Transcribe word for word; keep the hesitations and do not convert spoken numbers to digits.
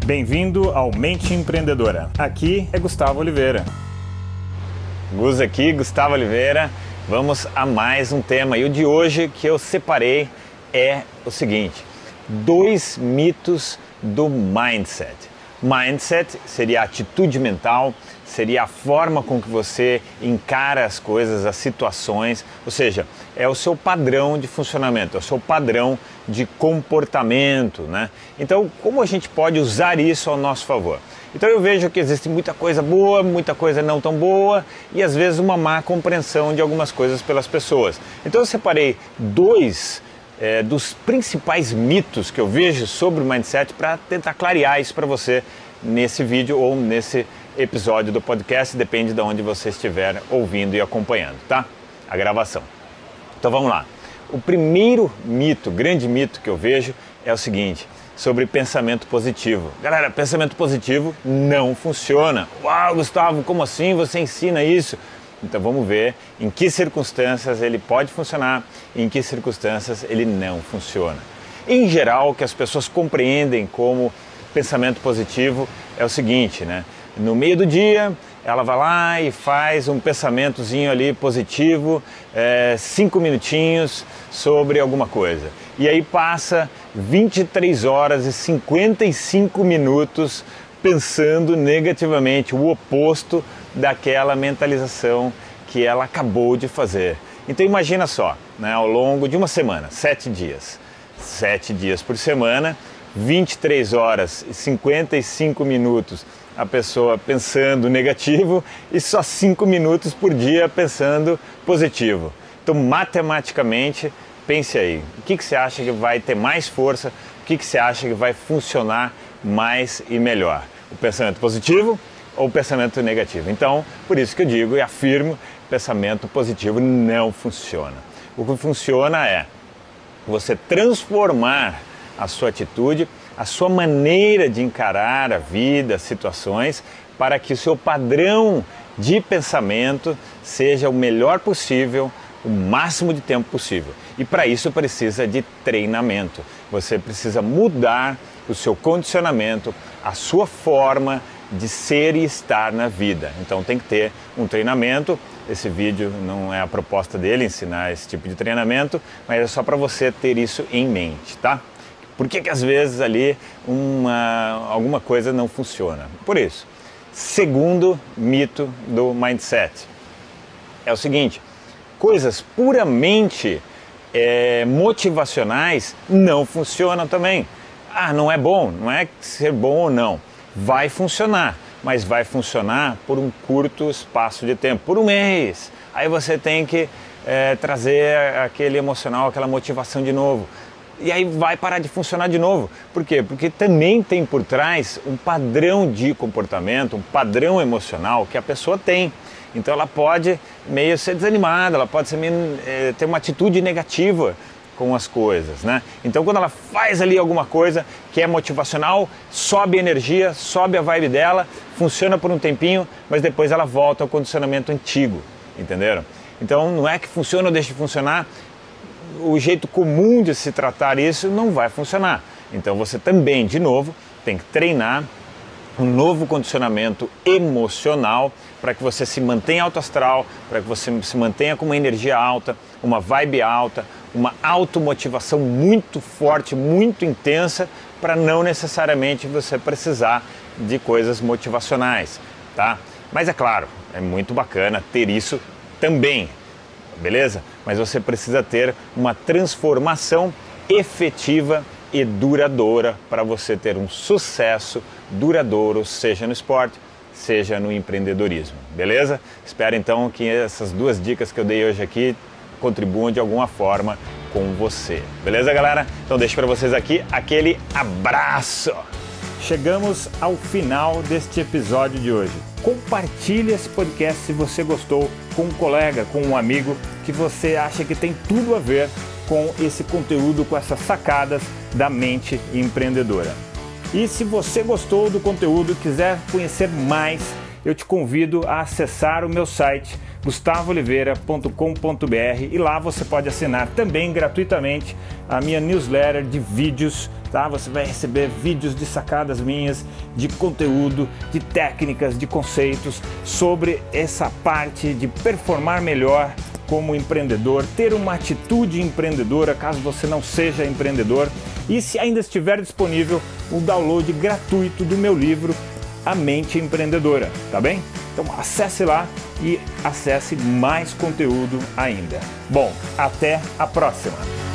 Bem-vindo ao Mente Empreendedora. Aqui é Gustavo Oliveira. Gus aqui, Gustavo Oliveira. Vamos a mais um tema. E o de hoje que eu separei é o seguinte: dois mitos do mindset. Mindset seria a atitude mental, seria a forma com que você encara as coisas, as situações, ou seja, é o seu padrão de funcionamento, é o seu padrão de comportamento, né? Então, como a gente pode usar isso ao nosso favor? Então eu vejo que existe muita coisa boa, muita coisa não tão boa e às vezes uma má compreensão de algumas coisas pelas pessoas. Então eu separei dois É, dos principais mitos que eu vejo sobre o mindset para tentar clarear isso para você nesse vídeo ou nesse episódio do podcast, depende de onde você estiver ouvindo e acompanhando, tá? A gravação. Então vamos lá. O primeiro mito, grande mito que eu vejo é o seguinte, sobre pensamento positivo. Galera, pensamento positivo não funciona. Uau, Gustavo, como assim você ensina isso? Então vamos ver em que circunstâncias ele pode funcionar e em que circunstâncias ele não funciona. Em geral, o que as pessoas compreendem como pensamento positivo é o seguinte, né? No meio do dia, ela vai lá e faz um pensamentozinho ali positivo, é, cinco minutinhos sobre alguma coisa. E aí passa vinte e três horas e cinquenta e cinco minutos pensando negativamente, o oposto daquela mentalização que ela acabou de fazer. Então imagina só, né, ao longo de uma semana, sete dias, sete dias por semana, vinte e três horas e cinquenta e cinco minutos a pessoa pensando negativo e só cinco minutos por dia pensando positivo. Então matematicamente, pense aí, o que, que você acha que vai ter mais força, o que, que você acha que vai funcionar mais e melhor? O pensamento positivo ou o pensamento negativo? Então, por isso que eu digo e afirmo, pensamento positivo não funciona. O que funciona é você transformar a sua atitude, a sua maneira de encarar a vida, as situações, para que o seu padrão de pensamento seja o melhor possível, o máximo de tempo possível. E para isso precisa de treinamento. Você precisa mudar o seu condicionamento, a sua forma de ser e estar na vida. Então tem que ter um treinamento. Esse vídeo não é a proposta dele ensinar esse tipo de treinamento, mas é só para você ter isso em mente, tá? Por que que às vezes ali uma, alguma coisa não funciona? Por isso. Segundo mito do mindset é o seguinte: coisas puramente é, motivacionais não funcionam também. Ah, não é bom, não é ser bom ou não. Vai funcionar, mas vai funcionar por um curto espaço de tempo, por um mês. Aí você tem que é, trazer aquele emocional, aquela motivação de novo. E aí vai parar de funcionar de novo. Por quê? Porque também tem por trás um padrão de comportamento, um padrão emocional que a pessoa tem. Então ela pode meio ser desanimada, ela pode ser meio, é, ter uma atitude negativa com as coisas, né? Então quando ela faz ali alguma coisa que é motivacional, sobe a energia, sobe a vibe dela, funciona por um tempinho, mas depois ela volta ao condicionamento antigo, entenderam? Então não é que funciona ou deixa de funcionar, o jeito comum de se tratar isso não vai funcionar. Então você também, de novo, tem que treinar um novo condicionamento emocional para que você se mantenha alto astral, para que você se mantenha com uma energia alta, uma vibe alta, uma automotivação muito forte, muito intensa, para não necessariamente você precisar de coisas motivacionais, tá? Mas é claro, é muito bacana ter isso também, beleza? Mas você precisa ter uma transformação efetiva e duradoura para você ter um sucesso duradouro, seja no esporte, seja no empreendedorismo, beleza? Espero então que essas duas dicas que eu dei hoje aqui contribuam de alguma forma com você, beleza, galera? Então deixo para vocês aqui aquele abraço! Chegamos ao final deste episódio de hoje. Compartilhe esse podcast se você gostou com um colega, com um amigo que você acha que tem tudo a ver com esse conteúdo, com essas sacadas da mente empreendedora. E se você gostou do conteúdo, quiser conhecer mais eu te convido a acessar o meu site gustavo oliveira ponto com ponto b r e lá você pode assinar também gratuitamente a minha newsletter de vídeos, tá? Você vai receber vídeos de sacadas minhas, de conteúdo, de técnicas, de conceitos sobre essa parte de performar melhor como empreendedor, ter uma atitude empreendedora caso você não seja empreendedor, e se ainda estiver disponível o download gratuito do meu livro A Mente Empreendedora, tá bem? Então acesse lá e acesse mais conteúdo ainda. Bom, até a próxima!